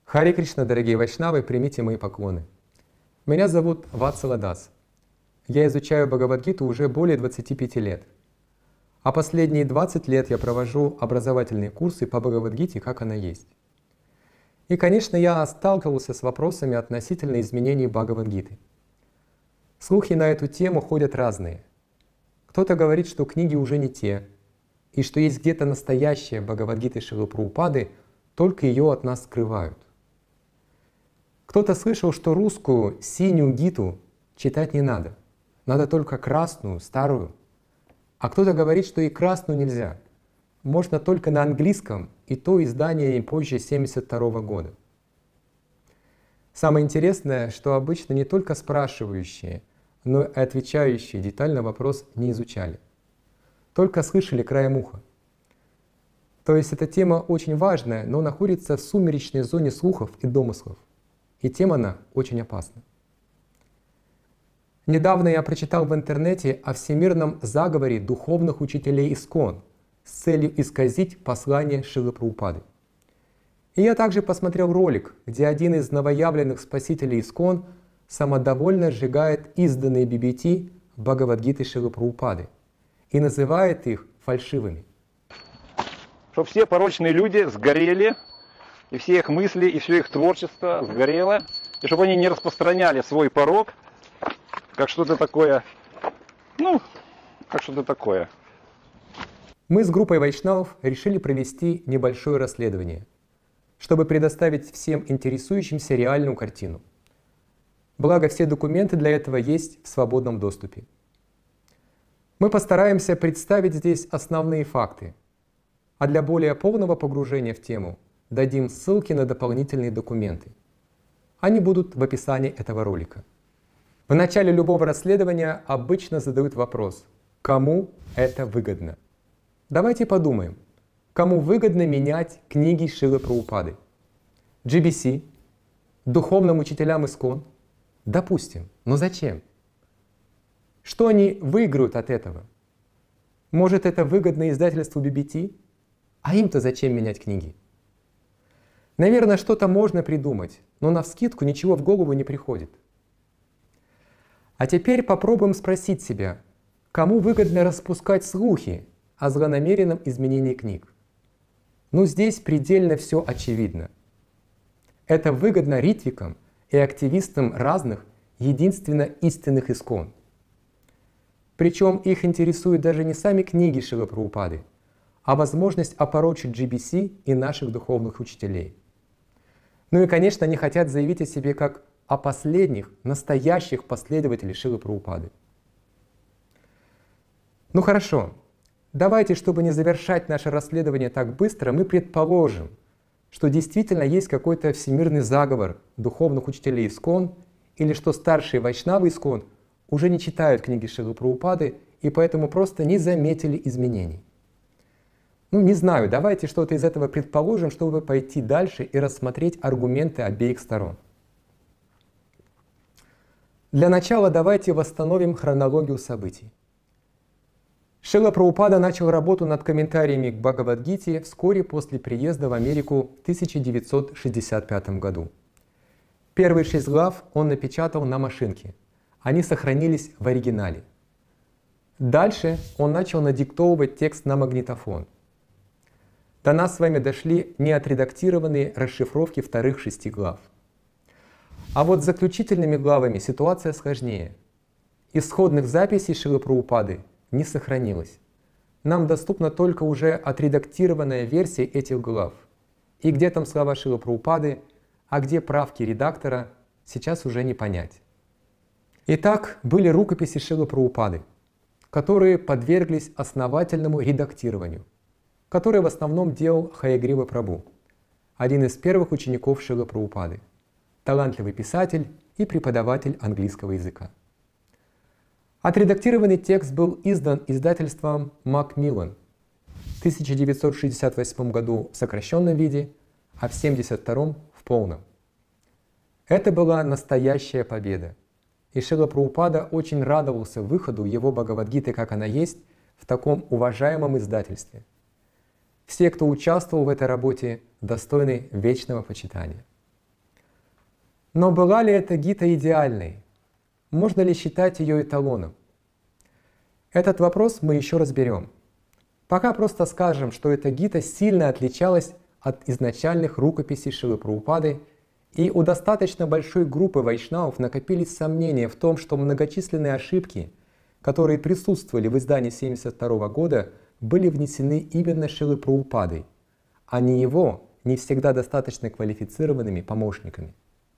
Харе Кришна, дорогие вайшнавы, примите мои поклоны. Меня зовут Ватсала Дас. Я изучаю Бхагавад-гиту уже более 25 лет. А последние 20 лет я провожу образовательные курсы по Бхагавад-гите, как она есть. И, конечно, я сталкивался с вопросами относительно изменений Бхагавад-гиты. Слухи на эту тему ходят разные. Кто-то говорит, что книги уже не те, и что есть где-то настоящая Бхагавад-гита Шрилы Прабхупады, только ее от нас скрывают. Кто-то слышал, что русскую синюю гиту читать не надо, надо только красную, старую. А кто-то говорит, что и красную нельзя, можно только на английском, и то издание не позже 1972 года. Самое интересное, что обычно не только спрашивающие, но и отвечающие детально вопрос не изучали. Только слышали краем уха. То есть эта тема очень важная, но находится в сумеречной зоне слухов и домыслов. И тема она очень опасна. Недавно я прочитал в интернете о всемирном заговоре духовных учителей ИСККОН с целью исказить послание Шрилы Прабхупады. И я также посмотрел ролик, где один из новоявленных спасителей ИСККОН самодовольно сжигает изданные BBT Бхагавад-гиты Шрилы Прабхупады и называет их фальшивыми. Чтобы все порочные люди сгорели, и все их мысли, и все их творчество сгорело, и чтобы они не распространяли свой порок, как что-то такое, как что-то такое. Мы с группой вайшнавов решили провести небольшое расследование, чтобы предоставить всем интересующимся реальную картину. Благо, все документы для этого есть в свободном доступе. Мы постараемся представить здесь основные факты, а для более полного погружения в тему дадим ссылки на дополнительные документы. Они будут в описании этого ролика. В начале любого расследования обычно задают вопрос, кому это выгодно. Давайте подумаем, кому выгодно менять книги Шрилы Прабхупады? GBC? Духовным учителям ИСККОН? Допустим, но зачем? Что они выиграют от этого? Может, это выгодно издательству BBT? А им-то зачем менять книги? Наверное, что-то можно придумать, но навскидку ничего в голову не приходит. А теперь попробуем спросить себя, кому выгодно распускать слухи о злонамеренном изменении книг? Ну, здесь предельно все очевидно. Это выгодно ритвикам и активистам разных, единственно истинных ИСККОН. Причем их интересуют даже не сами книги Шрилы Прабхупады, а возможность опорочить GBC и наших духовных учителей. Ну и, конечно, они хотят заявить о себе как о последних, настоящих последователей Шрилы Прабхупады. Ну хорошо, давайте, чтобы не завершать наше расследование так быстро, мы предположим, что действительно есть какой-то всемирный заговор духовных учителей ИСККОН, или что старшие вайшнавы ИСККОН уже не читают книги Шрилы Прабхупады и поэтому просто не заметили изменений. Ну не знаю, давайте что-то из этого предположим, чтобы пойти дальше и рассмотреть аргументы обеих сторон. Для начала давайте восстановим хронологию событий. Шрила Прабхупада начал работу над комментариями к Бхагавад-гите вскоре после приезда в Америку в 1965 году. Первые 6 глав он напечатал на машинке. Они сохранились в оригинале. Дальше он начал надиктовывать текст на магнитофон. До нас с вами дошли неотредактированные расшифровки вторых 6 глав. А вот с заключительными главами ситуация сложнее. Исходных записей Шрилы Прабхупады не сохранилось. Нам доступна только уже отредактированная версия этих глав. И где там слова Шрилы Прабхупады, а где правки редактора, сейчас уже не понять. Итак, были рукописи Шрилы Прабхупады, которые подверглись основательному редактированию, которое в основном делал Хаягрива Прабху, один из первых учеников Шрилы Прабхупады, талантливый писатель и преподаватель английского языка. Отредактированный текст был издан издательством Macmillan в 1968 году в сокращенном виде, а в 1972 в полном. Это была настоящая победа. И Шрила Прабхупада очень радовался выходу его Бхагавад-гиты, как она есть, в таком уважаемом издательстве. Все, кто участвовал в этой работе, достойны вечного почитания. Но была ли эта Гита идеальной? Можно ли считать ее эталоном? Этот вопрос мы еще разберем. Пока просто скажем, что эта Гита сильно отличалась от изначальных рукописей Шрилы Прабхупады, и у достаточно большой группы вайшнавов накопились сомнения в том, что многочисленные ошибки, которые присутствовали в издании 1972 года, были внесены именно Шрилой Прабхупадой, а не его не всегда достаточно квалифицированными помощниками.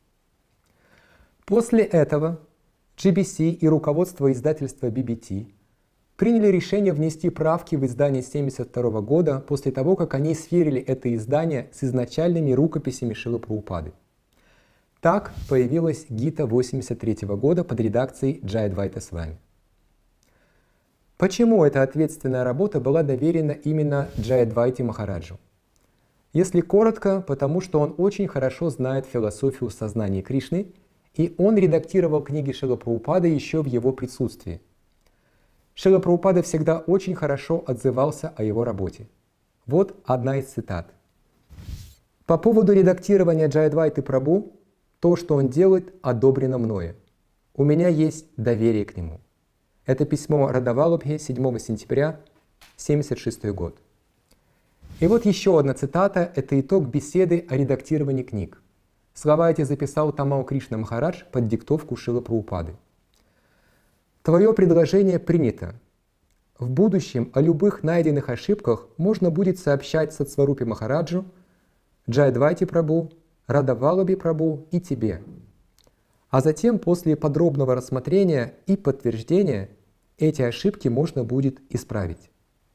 После этого GBC и руководство издательства BBT приняли решение внести правки в издание 1972 года после того, как они сверили это издание с изначальными рукописями Шрилы Прабхупады. Так появилась Гита 1983 года под редакцией Джайадвайта Свами. Почему эта ответственная работа была доверена именно Джайадвайте Махараджу? Если коротко, потому что он очень хорошо знает философию сознания Кришны, и он редактировал книги Шрилы Прабхупады еще в его присутствии. Шрила Прабхупада всегда очень хорошо отзывался о его работе. Вот одна из цитат. «По поводу редактирования Джайадвайты Прабху, то, что он делает, одобрено мною. У меня есть доверие к нему». Это письмо Радавалабхи 7 сентября 1976 год. И вот еще одна цитата, это итог беседы о редактировании книг. Слова эти записал Тамал Кришна Махарадж под диктовку Шрилы Прабхупады. Твое предложение принято. В будущем о любых найденных ошибках можно будет сообщать Сатсварупе Махараджу, Джайадвайте Прабху, Радавалабхи Прабху и тебе. А затем, после подробного рассмотрения и подтверждения, эти ошибки можно будет исправить.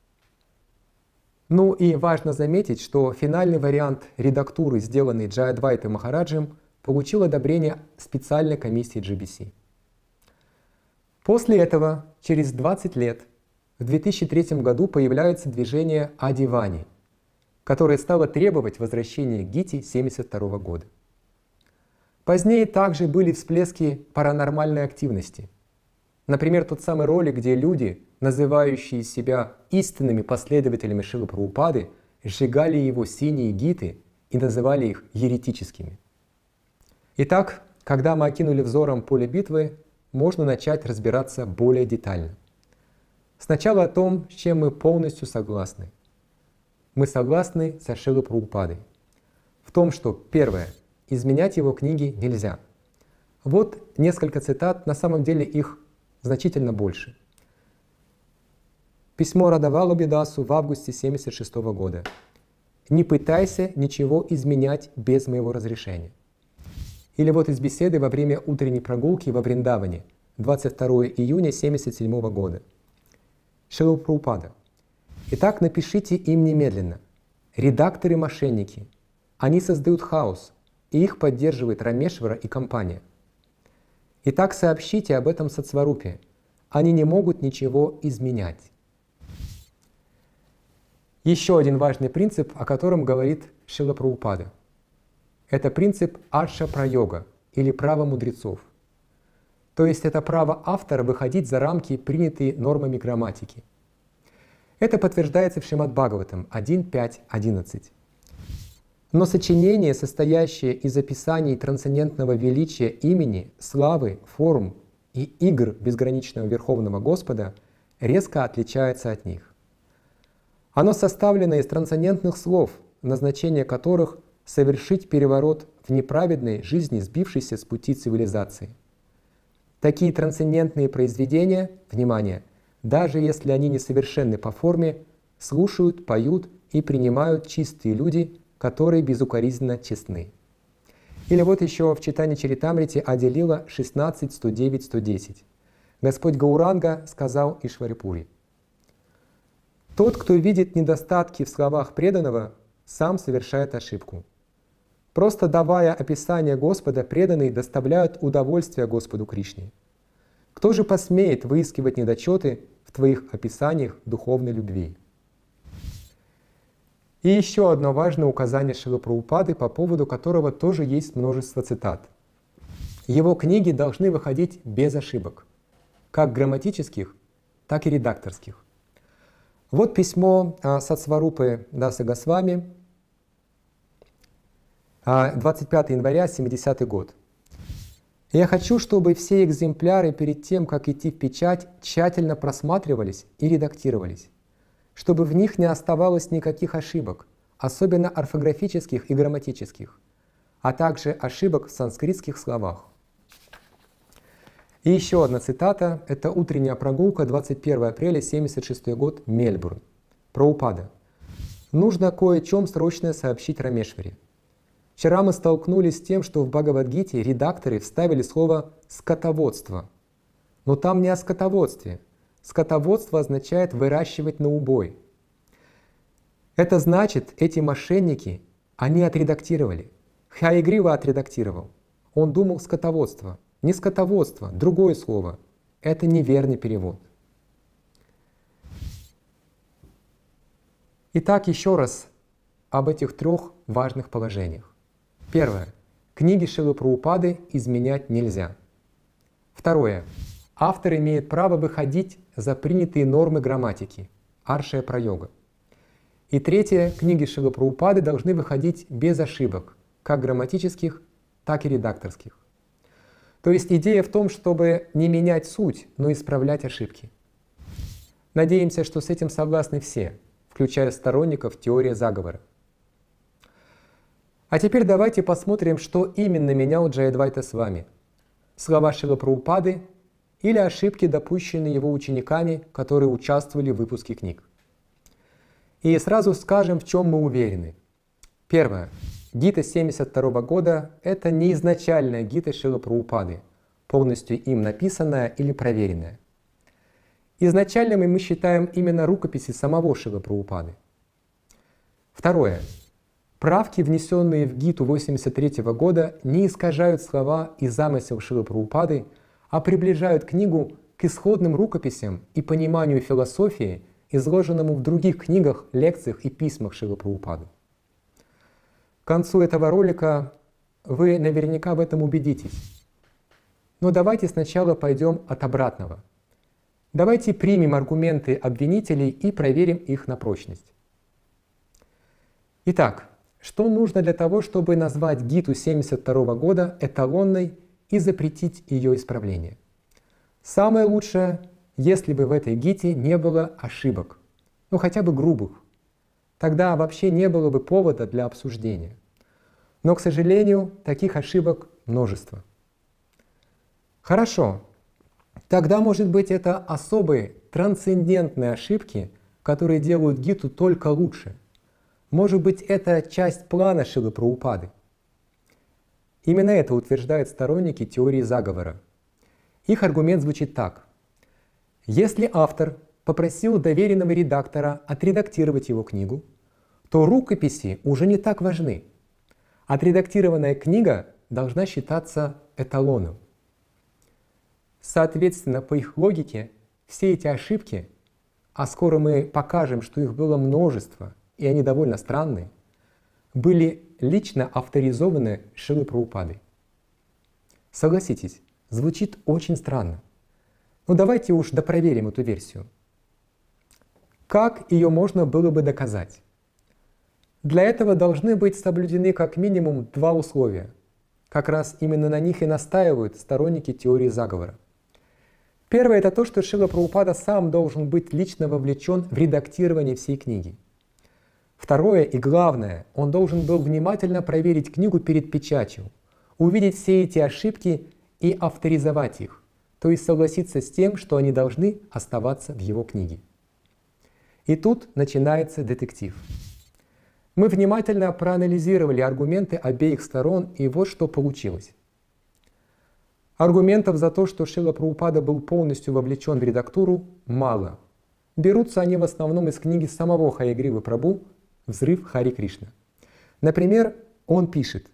Ну и важно заметить, что финальный вариант редактуры, сделанный Джайадвайтой Махараджем, получил одобрение специальной комиссии GBC. После этого, через 20 лет, в 2003 году появляется движение Адивани, которое стало требовать возвращения к Гите 1972 года. Позднее также были всплески паранормальной активности. Например, тот самый ролик, где люди, называющие себя истинными последователями Шрилы Прабхупады, сжигали его синие гиты и называли их еретическими. Итак, когда мы окинули взором поле битвы, можно начать разбираться более детально. Сначала о том, с чем мы полностью согласны. Мы согласны со Шрилой Прабхупадой в том, что, первое, изменять его книги нельзя. Вот несколько цитат, на самом деле их значительно больше. Письмо Радавалабхи Дасу в августе 1976 года. «Не пытайся ничего изменять без моего разрешения». Или вот из беседы во время утренней прогулки во Вриндаване, 22 июня 1977 года. Шрила Прабхупада. Итак, напишите им немедленно. Редакторы-мошенники. Они создают хаос, и их поддерживает Рамешвара и компания. Итак, сообщите об этом Сатсварупе. Они не могут ничего изменять. Еще один важный принцип, о котором говорит Шрила Прабхупада. Это принцип Арша-прайога или права мудрецов. То есть это право автора выходить за рамки, принятые нормами грамматики. Это подтверждается в Шримад Бхагаватам 1.5.11. Но сочинение, состоящее из описаний трансцендентного величия имени, славы, форм и игр безграничного Верховного Господа, резко отличается от них. Оно составлено из трансцендентных слов, назначение которых — совершить переворот в неправедной жизни сбившейся с пути цивилизации. Такие трансцендентные произведения, внимание, даже если они несовершенны по форме, слушают, поют и принимают чистые люди, которые безукоризненно честны. Или вот еще в читании Чаритамрити Ади Лила 16.109-110. Господь Гауранга сказал Ишварипури: «Тот, кто видит недостатки в словах преданного, сам совершает ошибку. Просто давая описание Господа, преданные доставляют удовольствие Господу Кришне. Кто же посмеет выискивать недочеты в твоих описаниях духовной любви?» И еще одно важное указание Шрилы Прабхупады, по поводу которого тоже есть множество цитат. Его книги должны выходить без ошибок, как грамматических, так и редакторских. Вот письмо Сатсварупы Даса Госвами, 25 января 70 год. Я хочу, чтобы все экземпляры перед тем, как идти в печать, тщательно просматривались и редактировались, чтобы в них не оставалось никаких ошибок, особенно орфографических и грамматических, а также ошибок в санскритских словах. И еще одна цитата, это «Утренняя прогулка, 21 апреля, 1976 год, Мельбурн». Прабхупада. «Нужно кое о чем срочно сообщить Рамешвари. Вчера мы столкнулись с тем, что в Бхагавад-гите редакторы вставили слово «скотоводство». Но там не о скотоводстве. Скотоводство означает «выращивать на убой». Это значит, эти мошенники, они отредактировали. Хаягрива отредактировал. Он думал скотоводство. Не скотоводство, другое слово. Это неверный перевод. Итак, еще раз об этих трех важных положениях. Первое. Книги Шрилы Прабхупады изменять нельзя. Второе. Автор имеет право выходить за принятые нормы грамматики, аршая прайога. И третье. Книги Шрилы Прабхупады должны выходить без ошибок, как грамматических, так и редакторских. То есть идея в том, чтобы не менять суть, но исправлять ошибки. Надеемся, что с этим согласны все, включая сторонников теории заговора. А теперь давайте посмотрим, что именно менял Джайадвайта с вами. Слова Шрилы Прабхупады или ошибки, допущенные его учениками, которые участвовали в выпуске книг. И сразу скажем, в чем мы уверены. Первое. Гита 1972 года – это не изначальная гита Шрилы Прабхупады, полностью им написанная или проверенная. Изначальными мы считаем именно рукописи самого Шрилы Прабхупады. Второе. Правки, внесенные в гиту 1983 года, не искажают слова и замысел Шрилы Прабхупады, а приближают книгу к исходным рукописям и пониманию философии, изложенному в других книгах, лекциях и письмах Шрилы Прабхупады. К концу этого ролика вы наверняка в этом убедитесь. Но давайте сначала пойдем от обратного. Давайте примем аргументы обвинителей и проверим их на прочность. Итак, что нужно для того, чтобы назвать гиту 1972 года эталонной и запретить ее исправление? Самое лучшее, если бы в этой гите не было ошибок, ну хотя бы грубых. Тогда вообще не было бы повода для обсуждения. Но, к сожалению, таких ошибок множество. Хорошо, тогда, может быть, это особые трансцендентные ошибки, которые делают гиту только лучше. Может быть, это часть плана Шрилы Прабхупады. Именно это утверждают сторонники теории заговора. Их аргумент звучит так. Если автор попросил доверенного редактора отредактировать его книгу, то рукописи уже не так важны. Отредактированная книга должна считаться эталоном. Соответственно, по их логике, все эти ошибки, а скоро мы покажем, что их было множество, и они довольно странные, были лично авторизованы Шрилой Прабхупадой. Согласитесь, звучит очень странно. Но давайте уж допроверим эту версию. Как ее можно было бы доказать? Для этого должны быть соблюдены как минимум два условия. Как раз именно на них и настаивают сторонники теории заговора. Первое – это то, что Шрила Прабхупада сам должен быть лично вовлечен в редактирование всей книги. Второе и главное, он должен был внимательно проверить книгу перед печатью, увидеть все эти ошибки и авторизовать их, то есть согласиться с тем, что они должны оставаться в его книге. И тут начинается детектив. Мы внимательно проанализировали аргументы обеих сторон, и вот что получилось. Аргументов за то, что Шрила Прабхупада был полностью вовлечен в редактуру, мало. Берутся они в основном из книги самого Хаягривы Прабху «Взрыв Хари Кришна». Например, он пишет: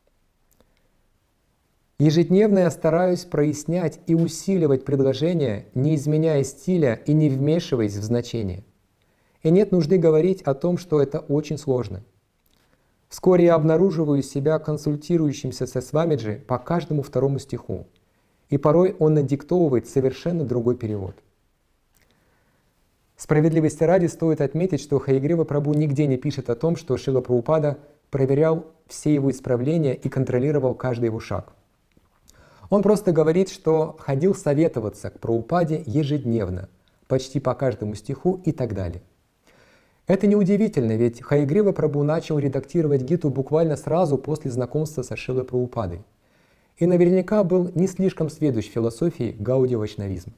«Ежедневно я стараюсь прояснять и усиливать предложения, не изменяя стиля и не вмешиваясь в значение. И нет нужды говорить о том, что это очень сложно. Вскоре я обнаруживаю себя консультирующимся со Свамиджи по каждому второму стиху, и порой он надиктовывает совершенно другой перевод». Справедливости ради стоит отметить, что Хаягрива Прабху нигде не пишет о том, что Шрила Прабхупада проверял все его исправления и контролировал каждый его шаг. Он просто говорит, что ходил советоваться к Прабхупаде ежедневно, почти по каждому стиху и так далее. Это неудивительно, ведь Хаягрива Прабху начал редактировать Гиту буквально сразу после знакомства со Шрилой Прабхупадой и наверняка был не слишком сведущ в философии гаудия-вайшнавизма.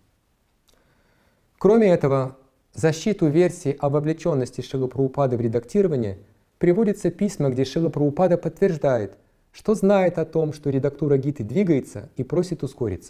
Кроме этого, в защиту версии о вовлеченности Шрилы Прабхупады в редактирование приводятся письма, где Шрила Прабхупада подтверждает, что знает о том, что редактура Гиты двигается и просит ускориться.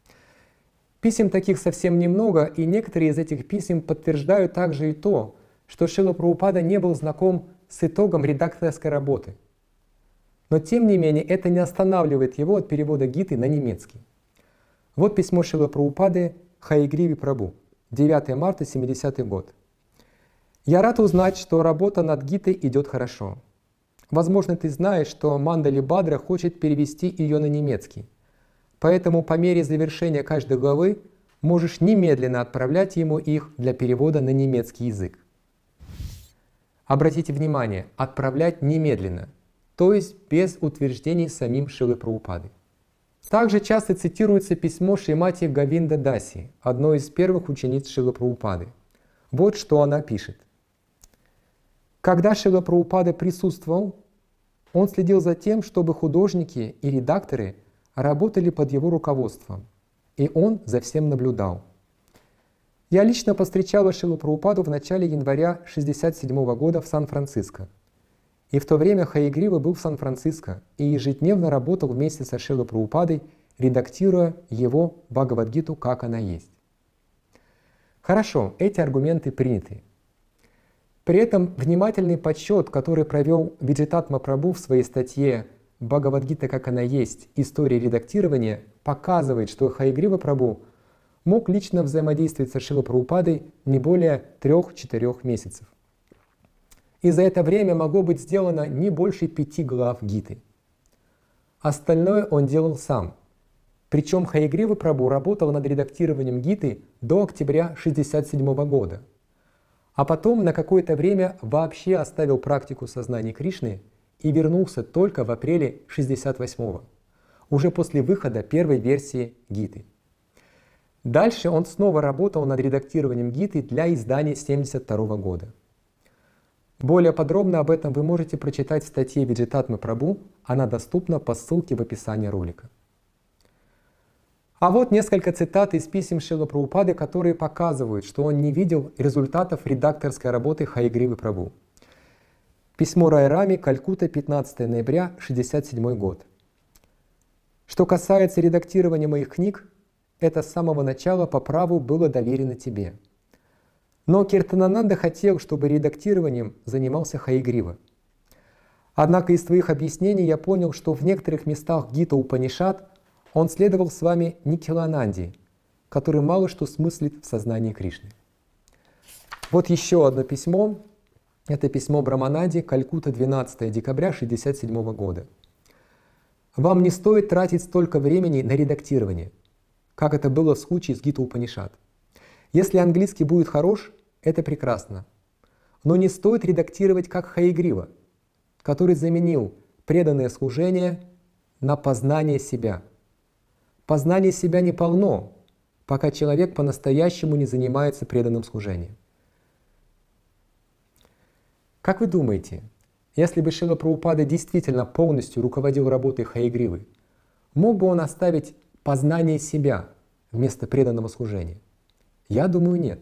Писем таких совсем немного, и некоторые из этих писем подтверждают также и то, что Шрила Прабхупада не был знаком с итогом редакторской работы. Но тем не менее это не останавливает его от перевода Гиты на немецкий. Вот письмо Шрилы Прабхупады Хаягриве Прабху, 9 марта 70 год. «Я рад узнать, что работа над Гитой идет хорошо. Возможно, ты знаешь, что Мандали Бадра хочет перевести ее на немецкий. Поэтому по мере завершения каждой главы можешь немедленно отправлять ему их для перевода на немецкий язык». Обратите внимание, отправлять немедленно, то есть без утверждений самим Шрилой Прабхупадой. Также часто цитируется письмо Шримати Говинда Даси, одной из первых учениц Шрилы Прабхупады. Вот что она пишет. Когда Шрила Прабхупада присутствовал, он следил за тем, чтобы художники и редакторы работали под его руководством, и он за всем наблюдал. Я лично повстречала Шрилу Прабхупаду в начале января 1967 года в Сан-Франциско. И в то время Хаягрива был в Сан-Франциско и ежедневно работал вместе со Шрилой Прабхупадой, редактируя его Бхагавад-гиту «Как она есть». Хорошо, эти аргументы приняты. При этом внимательный подсчет, который провел Виджитатма Прабху в своей статье «Бхагавад-гита, как она есть. История редактирования», показывает, что Хаягрива Прабху мог лично взаимодействовать со Шрилой Прабхупадой не более 3-4 месяцев. И за это время могло быть сделано не больше 5 глав Гиты. Остальное он делал сам. Причем Хаягрива Прабху работал над редактированием Гиты до октября 1967 года. А потом на какое-то время вообще оставил практику сознания Кришны и вернулся только в апреле 1968, уже после выхода первой версии Гиты. Дальше он снова работал над редактированием Гиты для издания 1972 года. Более подробно об этом вы можете прочитать в статье Виджитатмы Прабху, она доступна по ссылке в описании ролика. А вот несколько цитат из писем Шрилы Прабхупады, которые показывают, что он не видел результатов редакторской работы Хаягривы Прабху. Письмо Райрами, Калькутта, 15 ноября 1967 год. «Что касается редактирования моих книг, это с самого начала по праву было доверено тебе. Но Киртанананда хотел, чтобы редактированием занимался Хаягрива. Однако из твоих объяснений я понял, что в некоторых местах Гита Упанишад он следовал с вами Никхилананде, который мало что смыслит в сознании Кришны». Вот еще одно письмо. Это письмо Брамананде, Калькутта, 12 декабря 1967 года. «Вам не стоит тратить столько времени на редактирование, как это было в случае с Гита Упанишад. Если английский будет хорош, это прекрасно. Но не стоит редактировать как Хаягрива, который заменил преданное служение на познание себя. Познание себя не полно, пока человек по-настоящему не занимается преданным служением». Как вы думаете, если бы Шрила Прабхупада действительно полностью руководил работой Хаягривы, мог бы он оставить познание себя вместо преданного служения? Я думаю, нет.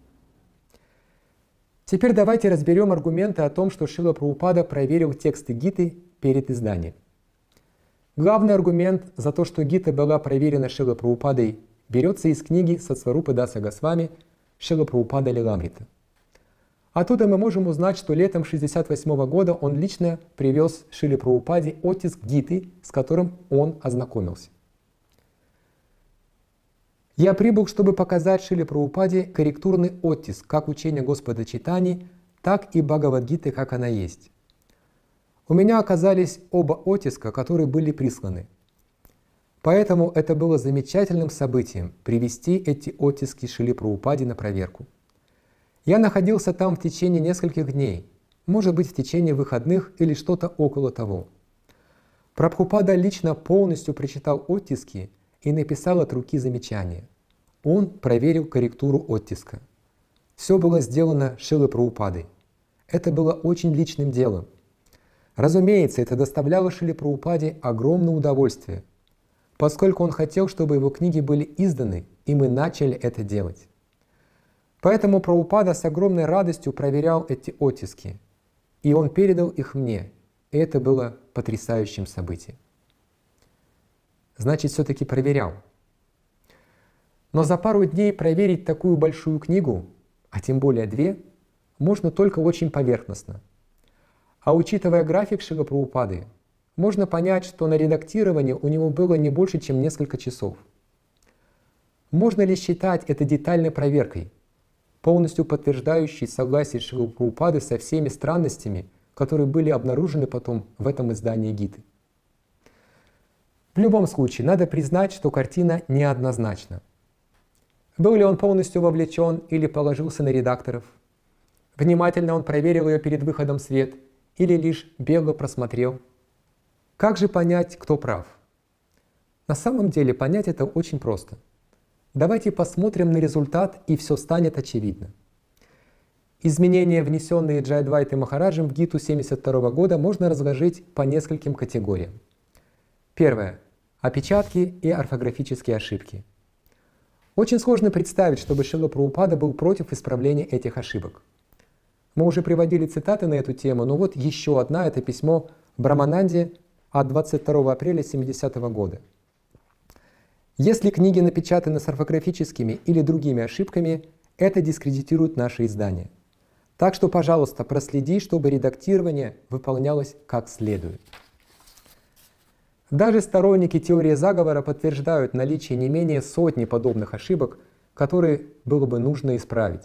Теперь давайте разберем аргументы о том, что Шрила Прабхупада проверил тексты Гиты перед изданием. Главный аргумент за то, что Гита была проверена Шрилой Прабхупадой, берется из книги Сатсварупы Даса Госвами «Шрила Прабхупада Лиламрита». Оттуда мы можем узнать, что летом 1968 года он лично привез Шриле Прабхупаде оттиск Гиты, с которым он ознакомился. «Я прибыл, чтобы показать Шриле Прабхупаде корректурный оттиск как учения Господа Чайтаньи, так и Бхагавад-гиты, как она есть. У меня оказались оба оттиска, которые были присланы. Поэтому это было замечательным событием привести эти оттиски Шриле Прабхупаде на проверку. Я находился там в течение нескольких дней, может быть, в течение выходных или что-то около того. Прабхупада лично полностью прочитал оттиски и написал от руки замечание. Он проверил корректуру оттиска. Все было сделано Шрилой Прабхупадой. Это было очень личным делом. Разумеется, это доставляло Шриле Прабхупаде огромное удовольствие, поскольку он хотел, чтобы его книги были изданы, и мы начали это делать. Поэтому Прабхупада с огромной радостью проверял эти оттиски, и он передал их мне, и это было потрясающим событием. Значит, все-таки проверял. Но за пару дней проверить такую большую книгу, а тем более 2, можно только очень поверхностно. А учитывая график Шрилы Прабхупады, можно понять, что на редактирование у него было не больше, чем несколько часов. Можно ли считать это детальной проверкой, полностью подтверждающей согласие Шрилы Прабхупады со всеми странностями, которые были обнаружены потом в этом издании Гиты? В любом случае, надо признать, что картина неоднозначна. Был ли он полностью вовлечен или положился на редакторов? Внимательно он проверил ее перед выходом в свет или лишь бегло просмотрел? Как же понять, кто прав? На самом деле понять это очень просто. Давайте посмотрим на результат, и все станет очевидно. Изменения, внесенные Джайадвайтой Махараджем в Гиту 1972 года, можно разложить по нескольким категориям. Первое. Опечатки и орфографические ошибки. Очень сложно представить, чтобы Шрила Прабхупада был против исправления этих ошибок. Мы уже приводили цитаты на эту тему, но вот еще одна – это письмо Брамананде от 22 апреля 1970 года. Если книги напечатаны с орфографическими или другими ошибками, это дискредитирует наше издание. Так что, пожалуйста, проследи, чтобы редактирование выполнялось как следует. Даже сторонники теории заговора подтверждают наличие не менее сотни подобных ошибок, которые было бы нужно исправить.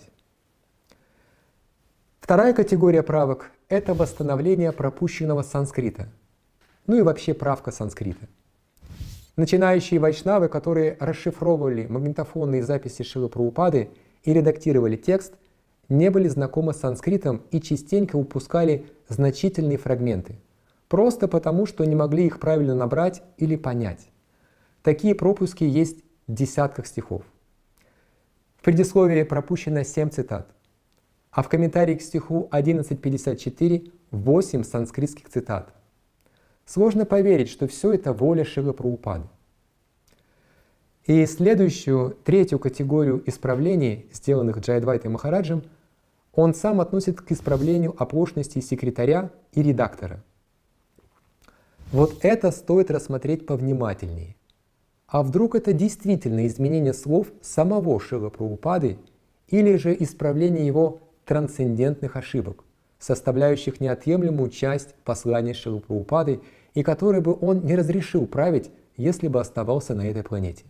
Вторая категория правок – это восстановление пропущенного санскрита, ну и вообще правка санскрита. Начинающие вайшнавы, которые расшифровывали магнитофонные записи Шрилы Прабхупады и редактировали текст, не были знакомы с санскритом и частенько упускали значительные фрагменты, просто потому, что не могли их правильно набрать или понять. Такие пропуски есть в десятках стихов. В предисловии пропущено 7 цитат, а в комментарии к стиху 11.54 8 санскритских цитат. Сложно поверить, что все это воля Шрилы Прабхупады. И следующую, третью категорию исправлений, сделанных Джайадвайтой Махараджем, он сам относит к исправлению оплошности секретаря и редактора. Вот это стоит рассмотреть повнимательнее. А вдруг это действительно изменение слов самого Шрилы Прабхупады или же исправление его трансцендентных ошибок, составляющих неотъемлемую часть послания Шрилы Прабхупады и которые бы он не разрешил править, если бы оставался на этой планете.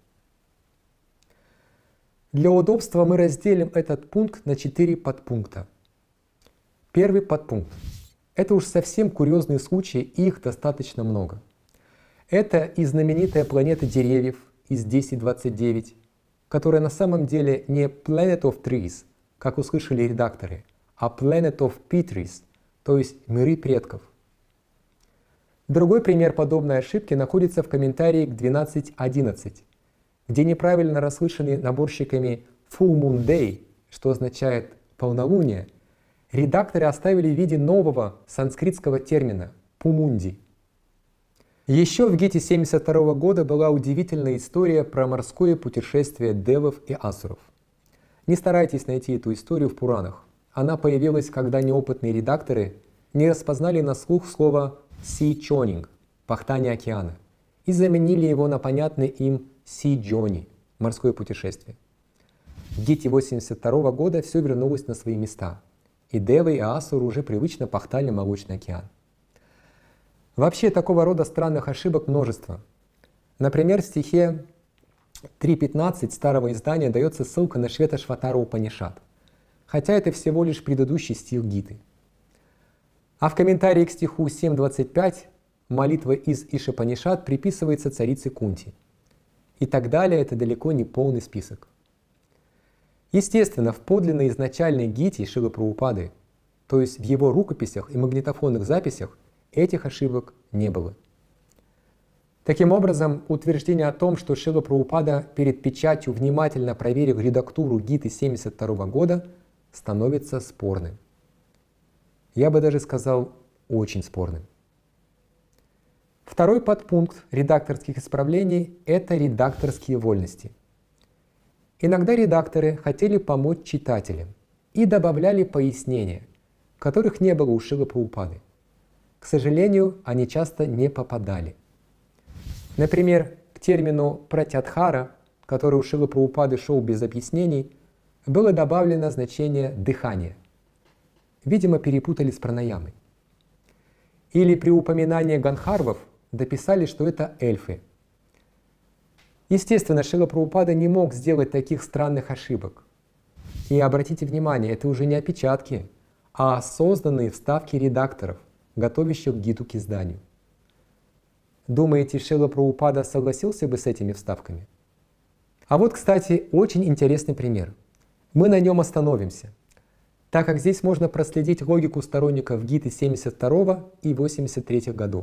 Для удобства мы разделим этот пункт на 4 подпункта. Первый подпункт. Это уж совсем курьезные случаи, и их достаточно много. Это и знаменитая планета деревьев из 1029, которая на самом деле не Planet of Trees, как услышали редакторы, а Planet of Pitris, то есть миры предков. Другой пример подобной ошибки находится в комментарии к 12.11, где неправильно расслышанный наборщиками Full Moon Day, что означает полнолуние, редакторы оставили в виде нового санскритского термина «пумунди». Еще в Гите 1972 года была удивительная история про морское путешествие девов и асуров. Не старайтесь найти эту историю в Пуранах. Она появилась, когда неопытные редакторы не распознали на слух слово «sea churning» – «пахтание океана» и заменили его на понятный им «sea journey» – «морское путешествие». В Гите 1982 года все вернулось на свои места, и девы и асуры уже привычно пахтали молочный океан. Вообще такого рода странных ошибок множество. Например, в стихе 3.15 старого издания дается ссылка на Швета-Шватара Упанишад, хотя это всего лишь предыдущий стих Гиты. А в комментарии к стиху 7.25 молитва из Ишапанишад приписывается царице Кунти. И так далее, это далеко не полный список. Естественно, в подлинной изначальной Гите Шрилы Прабхупады, то есть в его рукописях и магнитофонных записях, этих ошибок не было. Таким образом, утверждение о том, что Шрила Прабхупада перед печатью внимательно проверил редактуру Гиты 1972 года, становится спорным. Я бы даже сказал, очень спорным. Второй подпункт редакторских исправлений – это редакторские вольности. Иногда редакторы хотели помочь читателям и добавляли пояснения, которых не было у Шрилы Прабхупады. К сожалению, они часто не попадали. Например, к термину «пратятхара», который у Шрилы Прабхупады шел без объяснений, было добавлено значение «дыхание». Видимо, перепутали с пранаямой. Или при упоминании ганхарвов дописали, что это эльфы. Естественно, Шрила Прабхупада не мог сделать таких странных ошибок. И обратите внимание, это уже не опечатки, а осознанные вставки редакторов, готовящих гиту к изданию. Думаете, Шрила Прабхупада согласился бы с этими вставками? А вот, кстати, очень интересный пример. Мы на нем остановимся, так как здесь можно проследить логику сторонников Гиты 72 и 83 годов.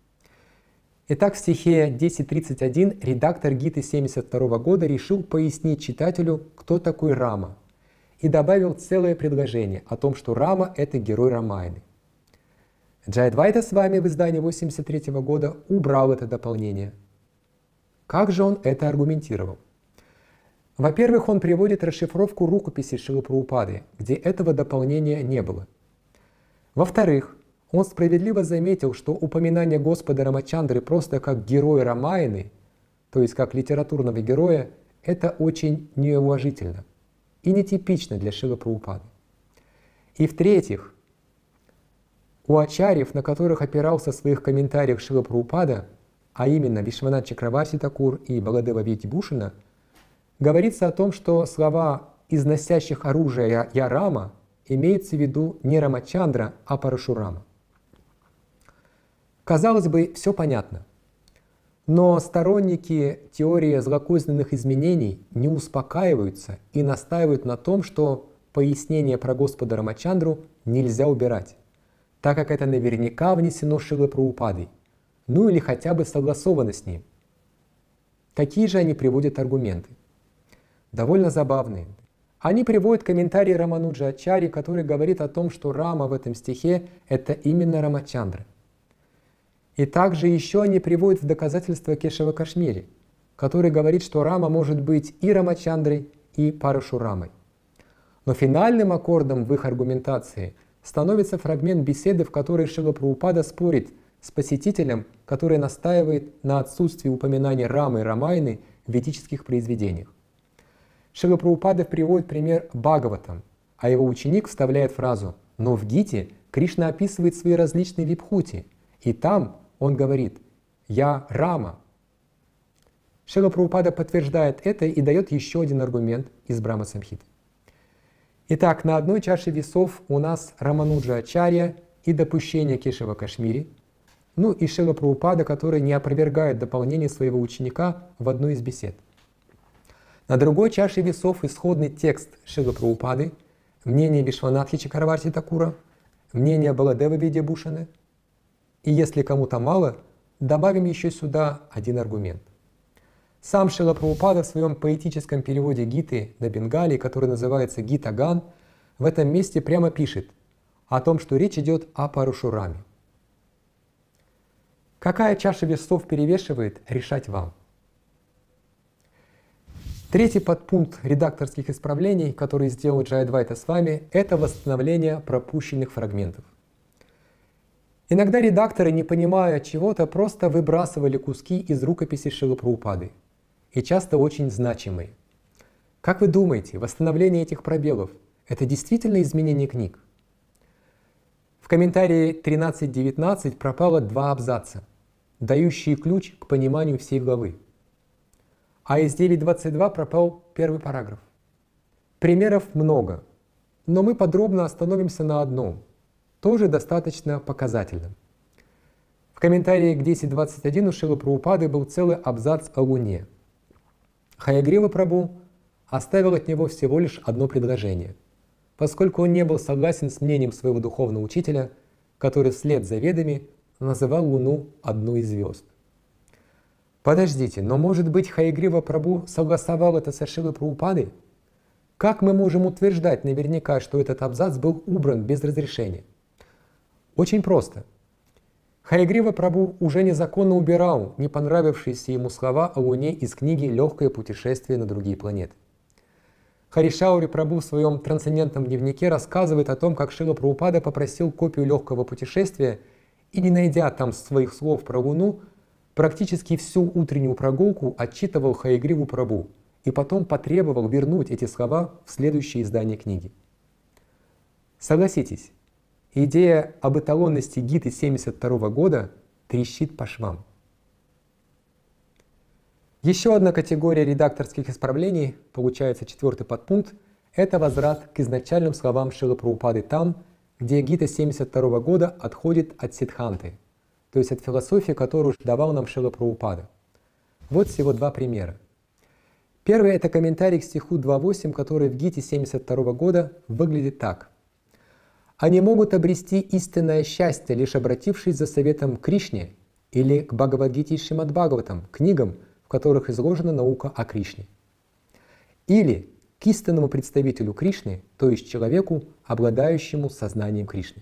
Итак, в стихе 10.31 редактор Гиты 72 года решил пояснить читателю, кто такой Рама, и добавил целое предложение о том, что Рама — это герой Рамаяны. Джайадвайта с вами в издании 83 года убрал это дополнение. Как же он это аргументировал? Во-первых, он приводит расшифровку рукописи Шрилы Прабхупады, где этого дополнения не было. Во-вторых, он справедливо заметил, что упоминание Господа Рамачандры просто как героя Рамаяны, то есть как литературного героя, это очень неуважительно и нетипично для Шрилы Прабхупады. И в-третьих, у ачарьев, на которых опирался в своих комментариях Шрила Прабхупада, а именно Вишванат Чакраварти Такур и Баладева Витибушина, говорится о том, что слова «износящих оружие я Рама» имеется в виду не Рамачандра, а Парашурама. Казалось бы, все понятно. Но сторонники теории злокозненных изменений не успокаиваются и настаивают на том, что пояснение про Господа Рамачандру нельзя убирать, так как это наверняка внесено Шрилой Прабхупадой, ну или хотя бы согласовано с ним. Какие же они приводят аргументы? Довольно забавные. Они приводят комментарий Рамануджа Ачарьи, который говорит о том, что Рама в этом стихе — это именно Рамачандра. И также еще они приводят в доказательство Кешава Кашмири, который говорит, что Рама может быть и Рамачандрой, и Парашурамой. Но финальным аккордом в их аргументации становится фрагмент беседы, в которой Шрила Прабхупада спорит с посетителем, который настаивает на отсутствии упоминания Рамы и Рамайны в ведических произведениях. Шрила Прабхупада приводит пример Бхагаватам, а его ученик вставляет фразу «Но в Гите Кришна описывает свои различные вибхути, и там он говорит «Я Рама». Шрила Прабхупада подтверждает это и дает еще один аргумент из Брахма-самхиты. Итак, на одной чаше весов у нас Рамануджа Ачарья и допущение Кешава Кашмири, ну и Шрила Прабхупада, который не опровергает дополнение своего ученика в одной из бесед. На другой чаше весов исходный текст Шрилы Прабхупады, мнение Вишванатхи Чакраварти Такура, мнение Баладева Видьябушаны. И если кому-то мало, добавим еще сюда один аргумент. Сам Шрила Прабхупада в своем поэтическом переводе Гиты на бенгалии, который называется Гита Ган, в этом месте прямо пишет о том, что речь идет о Парашураме. Какая чаша весов перевешивает, решать вам. Третий подпункт редакторских исправлений, который сделал Джайадвайта с вами, это восстановление пропущенных фрагментов. Иногда редакторы, не понимая чего-то, просто выбрасывали куски из рукописи Шрилы Прабхупады, и часто очень значимые. Как вы думаете, восстановление этих пробелов – это действительно изменение книг? В комментарии 13.19 пропало 2 абзаца, дающие ключ к пониманию всей главы. А из 9.22 пропал первый параграф. Примеров много, но мы подробно остановимся на одном, тоже достаточно показательном. В комментарии к 10.21 у Шрилы Прабхупады был целый абзац о Луне. Хаягрива Прабху оставил от него всего лишь одно предложение, поскольку он не был согласен с мнением своего духовного учителя, который вслед за ведами называл Луну одной из звезд. Подождите, но может быть Хаягрива Прабху согласовал это со Шрилой Прабхупадой? Как мы можем утверждать наверняка, что этот абзац был убран без разрешения? Очень просто. Хаягрива Прабху уже незаконно убирал не понравившиеся ему слова о Луне из книги «Легкое путешествие на другие планеты». Харишаури Прабху в своем трансцендентном дневнике рассказывает о том, как Шрила Прабхупада попросил копию «Легкого путешествия» и, не найдя там своих слов про Луну, практически всю утреннюю прогулку отчитывал Хаягриву Прабху и потом потребовал вернуть эти слова в следующее издание книги. Согласитесь, идея об эталонности Гиты 1972 года трещит по швам. Еще одна категория редакторских исправлений, получается 4-й подпункт, это возврат к изначальным словам Шрилы Прабхупады там, где Гита 1972 года отходит от сиддханты, то есть от философии, которую давал нам Шрила Прабхупада. Вот всего два примера. Первый – это комментарий к стиху 2.8, который в Гите 1972 года выглядит так. «Они могут обрести истинное счастье, лишь обратившись за советом к Кришне или к Бхагавад-гите и Шримад-Бхагаватам, книгам, в которых изложена наука о Кришне. Или к истинному представителю Кришны, то есть человеку, обладающему сознанием Кришны».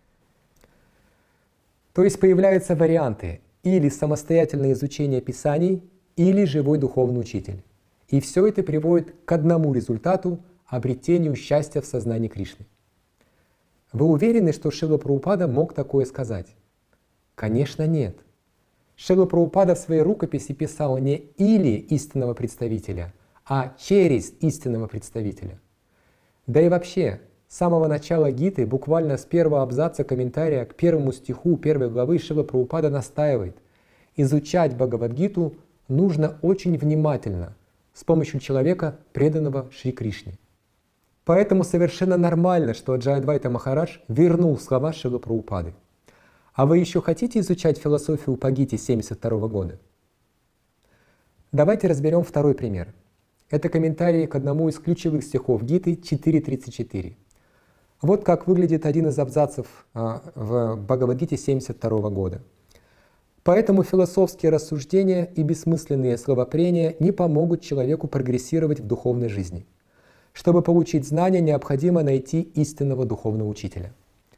То есть появляются варианты или самостоятельное изучение Писаний, или живой духовный учитель. И все это приводит к одному результату – обретению счастья в сознании Кришны. Вы уверены, что Шрила Прабхупада мог такое сказать? Конечно, нет. Шрила Прабхупада в своей рукописи писал не «или истинного представителя», а «через истинного представителя». Да и вообще, с самого начала Гиты, буквально с первого абзаца комментария к первому стиху первой главы, Шрила Прабхупада настаивает: изучать Бхагавад-гиту нужно очень внимательно, с помощью человека, преданного Шри Кришне. Поэтому совершенно нормально, что Джайадвайта Махарадж вернул слова Шрилы Прабхупады. А вы еще хотите изучать философию по Гите 1972 года? Давайте разберем второй пример. Это комментарий к одному из ключевых стихов Гиты 4.34. Вот как выглядит один из абзацев в Бхагавад-гите 1972 года. Поэтому философские рассуждения и бессмысленные словопрения не помогут человеку прогрессировать в духовной жизни. Чтобы получить знания, необходимо найти истинного духовного учителя.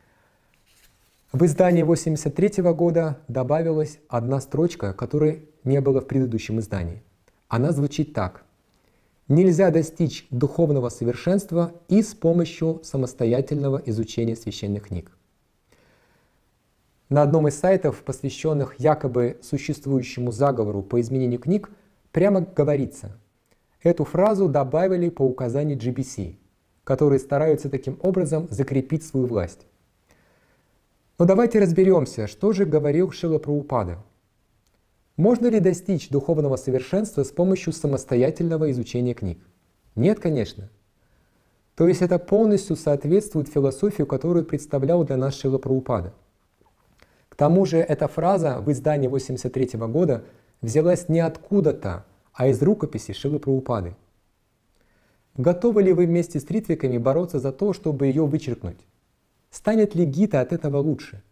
В издании 1983 года добавилась одна строчка, которой не было в предыдущем издании. Она звучит так. Нельзя достичь духовного совершенства и с помощью самостоятельного изучения священных книг. На одном из сайтов, посвященных якобы существующему заговору по изменению книг, прямо говорится: эту фразу добавили по указанию GBC, которые стараются таким образом закрепить свою власть. Но давайте разберемся, что же говорил Шрила Прабхупада. Можно ли достичь духовного совершенства с помощью самостоятельного изучения книг? Нет, конечно. То есть это полностью соответствует философии, которую представлял для нас Шрила Прабхупада. К тому же эта фраза в издании 1983 года взялась не откуда-то, а из рукописи Шрилы Прабхупады. Готовы ли вы вместе с ритвиками бороться за то, чтобы ее вычеркнуть? Станет ли Гита от этого лучше?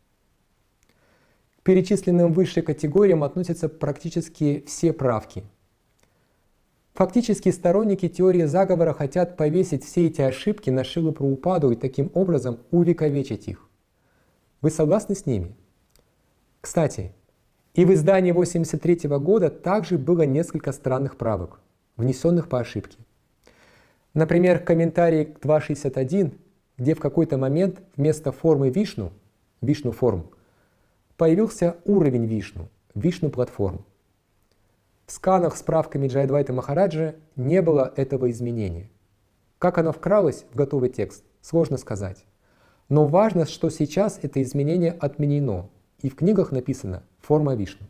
К перечисленным выше категориям относятся практически все правки. Фактически сторонники теории заговора хотят повесить все эти ошибки на Шрилу Прабхупаду и таким образом увековечить их. Вы согласны с ними? Кстати, и в издании 1983 года также было несколько странных правок, внесенных по ошибке. Например, комментарий к 2.61, где в какой-то момент вместо формы Вишну, Вишну-форм, появился уровень Вишну, Вишну-платформ. В сканах с правками Джайадвайты Махараджа не было этого изменения. Как оно вкралось в готовый текст, сложно сказать. Но важно, что сейчас это изменение отменено, и в книгах написано «форма Вишну».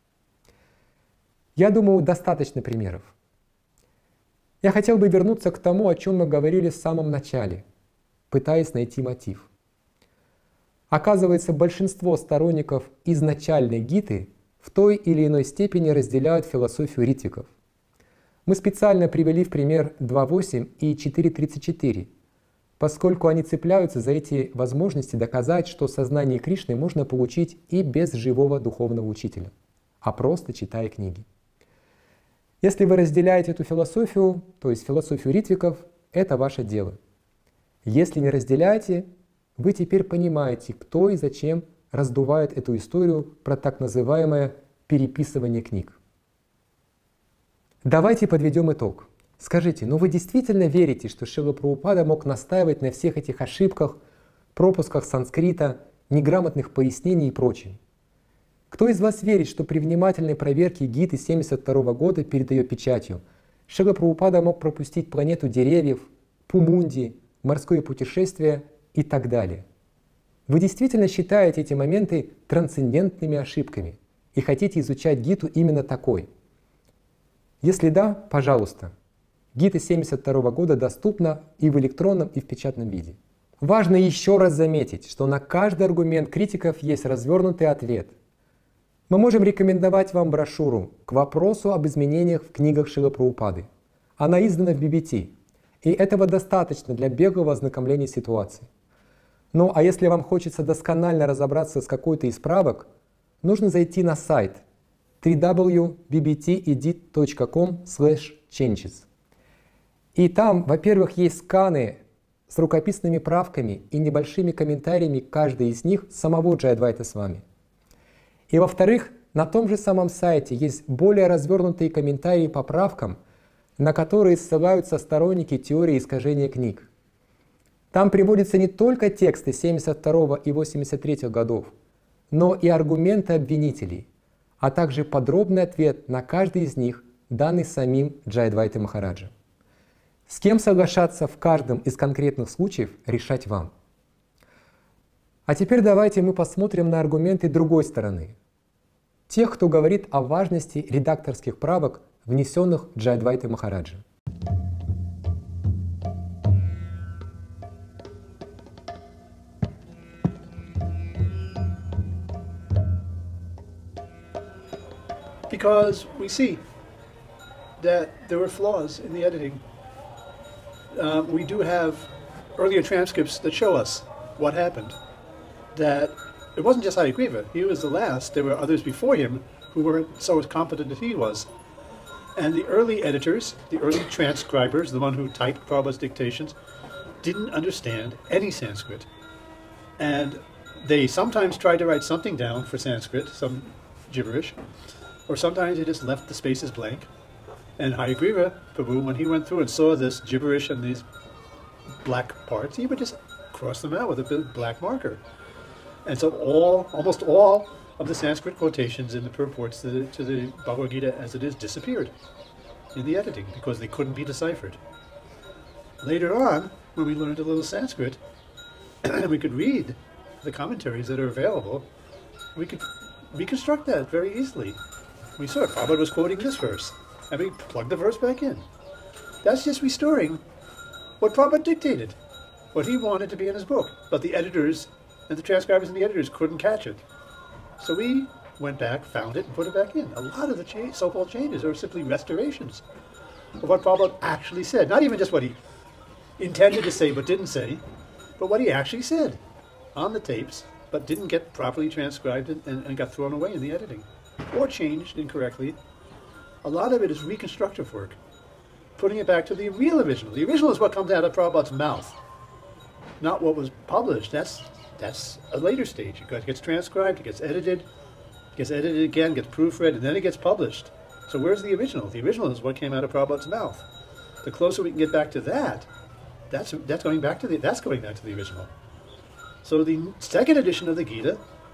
Я думаю, достаточно примеров. Я хотел бы вернуться к тому, о чем мы говорили в самом начале, пытаясь найти мотив. Оказывается, большинство сторонников изначальной Гиты в той или иной степени разделяют философию ритвиков. Мы специально привели в пример 2.8 и 4.34, поскольку они цепляются за эти возможности доказать, что сознание Кришны можно получить и без живого духовного учителя. а просто читая книги. Если вы разделяете эту философию, то есть философию Ритвиков, это ваше дело. Если не разделяете, вы теперь понимаете, кто и зачем раздувает эту историю про так называемое переписывание книг. Давайте подведем итог. Скажите, ну вы действительно верите, что Шрила Прабхупада мог настаивать на всех этих ошибках, пропусках санскрита, неграмотных пояснений и прочем? Кто из вас верит, что при внимательной проверке Гиты 1972 года перед ее печатью Шрила Прабхупада мог пропустить планету деревьев, Пумунди, морское путешествие и так далее? Вы действительно считаете эти моменты трансцендентными ошибками и хотите изучать Гиту именно такой? Если да, пожалуйста. Гита 1972 года доступна и в электронном, и в печатном виде. Важно еще раз заметить, что на каждый аргумент критиков есть развернутый ответ. Мы можем рекомендовать вам брошюру «К вопросу об изменениях в книгах Шрилы Прабхупады». Она издана в BBT, и этого достаточно для беглого ознакомления с ситуацией. Ну а если вам хочется досконально разобраться с какой-то из правок, нужно зайти на сайт www.bbtedit.com/changes. И там, во-первых, есть сканы с рукописными правками и небольшими комментариями к каждой из них самого Джайадвайта Свами. И во-вторых, на том же самом сайте есть более развернутые комментарии по правкам, на которые ссылаются сторонники теории искажения книг. Там приводятся не только тексты 72 и 83 годов, но и аргументы обвинителей, а также подробный ответ на каждый из них, данный самим Джайадвайтой Махараджа. С кем соглашаться в каждом из конкретных случаев, решать вам. А теперь давайте мы посмотрим на аргументы другой стороны. Тех, кто говорит о важности редакторских правок, внесенных Джайадвайтой Махараджа. Because we see that there were flaws in the editing. We do have earlier transcripts that show us what happened. That it wasn't just Hayagriva, he was the last, there were others before him who weren't so as competent as he was. And the early editors, the early transcribers, the one who typed Prabhupada's dictations, didn't understand any Sanskrit. And they sometimes tried to write something down for Sanskrit, some gibberish, or sometimes they just left the spaces blank. And Hayagriva Prabhu, when he went through and saw this gibberish and these black parts, he would just cross them out with a big black marker. And so almost all of the Sanskrit quotations in the purports to the Bhagavad Gita as it is disappeared in the editing because they couldn't be deciphered. Later on, when we learned a little Sanskrit, and we could read the commentaries that are available, we could reconstruct that very easily. We saw Prabhupada was quoting this verse, and we plugged the verse back in. That's just restoring what Prabhupada dictated, what he wanted to be in his book. But the editors and the transcribers and the editors couldn't catch it. So we went back, found it, and put it back in. A lot of the so-called changes are simply restorations of what Prabhupada actually said. Not even just what he intended to say but didn't say, but what he actually said on the tapes, but didn't get properly transcribed and got thrown away in the editing, or changed incorrectly. A lot of it is reconstructive work, putting it back to the real original. The original is what comes out of Prabhupada's mouth, not what was published. That's a later stage. It gets transcribed, it gets edited again, gets proofread, and then it gets published. So where's the original? The original is what came out of Prabhupada's mouth. The closer we can get back to that, that's going back to the original. So the second edition of the Gita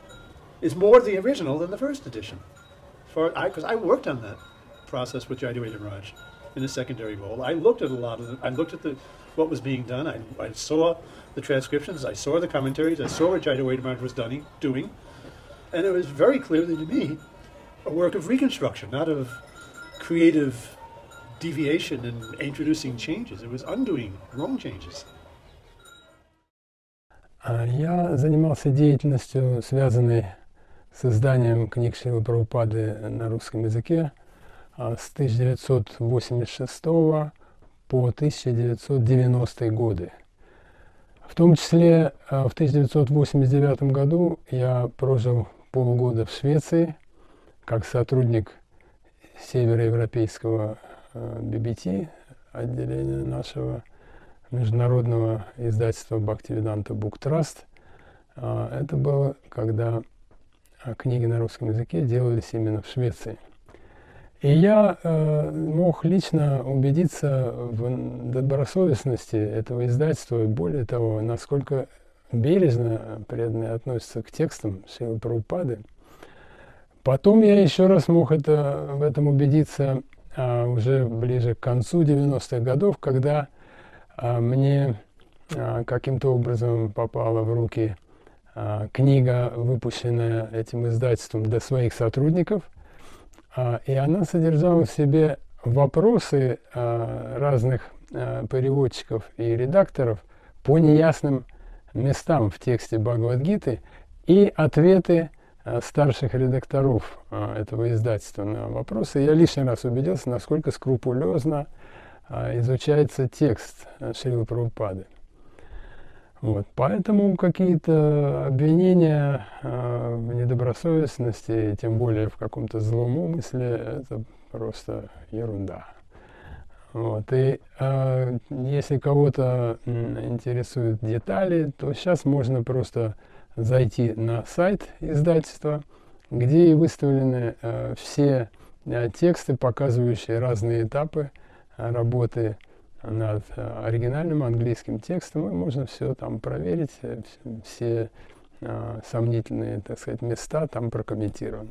is more the original than the first edition. Because I worked on that process with Jayadvaita Maharaj in a secondary role. I looked at a lot of I looked at what was being done. I saw the transcriptions, I saw the commentaries, I saw what Jayadvaita Maharaj was doing, and it was very clearly to me a work of reconstruction, not of creative deviation and introducing changes. It was undoing wrong changes. Я занимался деятельностью, связанной с изданием книг Шрилы Прабхупады на русском языке с 1986 по 1990 годы. В том числе в 1989 году я прожил полгода в Швеции, как сотрудник североевропейского BBT, отделения нашего международного издательства Bhaktivedanta Book Trust. Это было, когда книги на русском языке делались именно в Швеции. И я мог лично убедиться в добросовестности этого издательства, и более того, насколько бережно преданные относятся к текстам Шрилы Прабхупады. Потом я еще раз мог в этом убедиться уже ближе к концу 90-х годов, когда мне каким-то образом попала в руки книга, выпущенная этим издательством для своих сотрудников, и она содержала в себе вопросы разных переводчиков и редакторов по неясным местам в тексте Бхагавад-гиты и ответы старших редакторов этого издательства на вопросы. Я лишний раз убедился, насколько скрупулезно изучается текст Шрилы Прабхупады. Вот. Поэтому какие-то обвинения в недобросовестности, тем более в каком-то злом умысле, это просто ерунда. Вот. И если кого-то интересуют детали, то сейчас можно просто зайти на сайт издательства, где и выставлены все тексты, показывающие разные этапы работы над оригинальным английским текстом, и можно все там проверить, все сомнительные, так сказать, места там прокомментированы.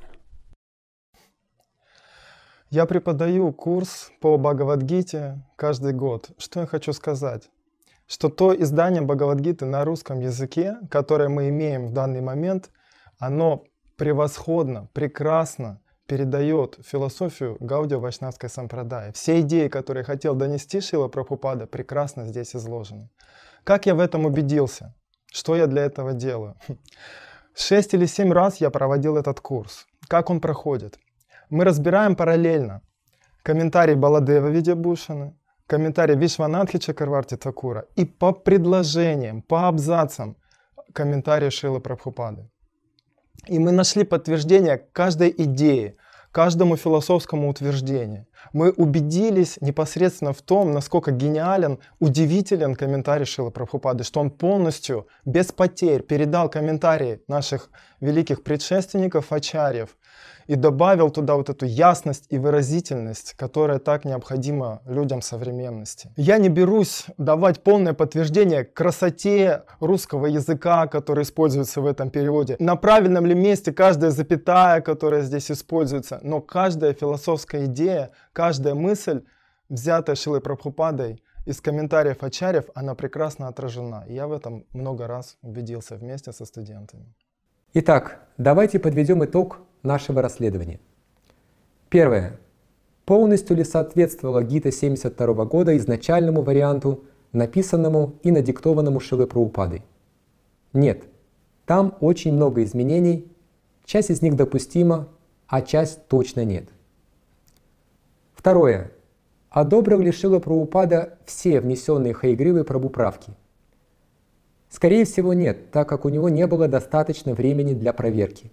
Я преподаю курс по Бхагавад-гите каждый год. Что я хочу сказать? Что то издание Бхагавад-гиты на русском языке, которое мы имеем в данный момент, оно превосходно, прекрасно передает философию Гаудия-Вайшнавской сампрадай. Все идеи, которые хотел донести Шрила Прабхупада, прекрасно здесь изложены. Как я в этом убедился? Что я для этого делаю? 6 или 7 раз я проводил этот курс. Как он проходит? Мы разбираем параллельно комментарий Баладева Видьябушана, комментарий Вишванатхи Чакраварти Такура и по предложениям, по абзацам комментарии Шрилы Прабхупады. И мы нашли подтверждение каждой идее, каждому философскому утверждению. Мы убедились непосредственно в том, насколько гениален, удивителен комментарий Шрилы Прабхупады, что он полностью, без потерь, передал комментарии наших великих предшественников, ачарьев, и добавил туда вот эту ясность и выразительность, которая так необходима людям современности. Я не берусь давать полное подтверждение красоте русского языка, который используется в этом переводе, на правильном ли месте каждая запятая, которая здесь используется, но каждая философская идея, каждая мысль, взятая Шрилой Прабхупадой из комментариев ачарьев, она прекрасно отражена. И я в этом много раз убедился вместе со студентами. Итак, давайте подведем итог нашего расследования. Первое. Полностью ли соответствовала Гита 1972 года изначальному варианту, написанному и надиктованному Шрилой Прабхупадой? Нет. Там очень много изменений, часть из них допустима, а часть точно нет. Второе. Одобрил ли Шрила Прабхупада все внесенные Хаягривой Прабхуправки? Скорее всего, нет, так как у него не было достаточно времени для проверки.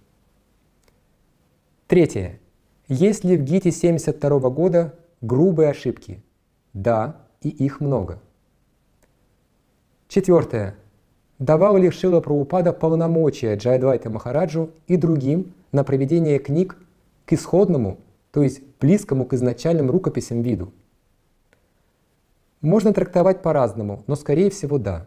Третье. Есть ли в Гите 1972 года грубые ошибки? Да, и их много. Четвертое. Давал ли Шрила Прабхупада полномочия Джайадвайта Махараджу и другим на проведение книг к исходному, то есть близкому к изначальным рукописям виду? Можно трактовать по-разному, но скорее всего да.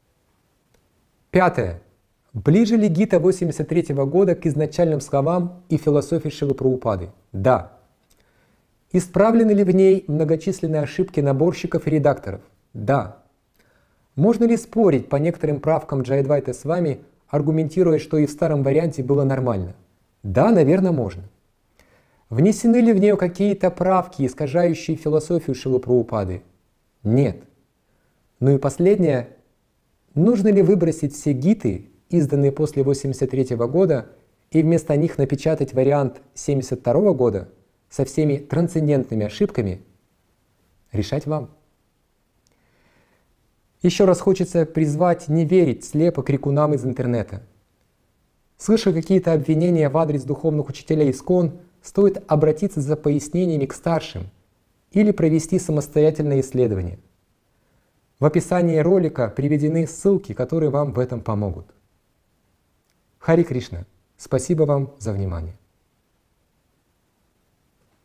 Пятое. Ближе ли Гита 1983 года к изначальным словам и философии Шрилы Прабхупады? Да. Исправлены ли в ней многочисленные ошибки наборщиков и редакторов? Да. Можно ли спорить по некоторым правкам Джайадвайта с вами, аргументируя, что и в старом варианте было нормально? Да, наверное, можно. Внесены ли в нее какие-то правки, искажающие философию Шрилы Прабхупады? Нет. Ну и последнее. Нужно ли выбросить все гиты, изданные после 1983 года, и вместо них напечатать вариант 1972 года со всеми трансцендентными ошибками? Решать вам. Еще раз хочется призвать не верить слепо крикунам из интернета. Слышу какие-то обвинения в адрес духовных учителей ИСККОН, стоит обратиться за пояснениями к старшим или провести самостоятельное исследование. В описании ролика приведены ссылки, которые вам в этом помогут. Хари Кришна. Спасибо вам за внимание.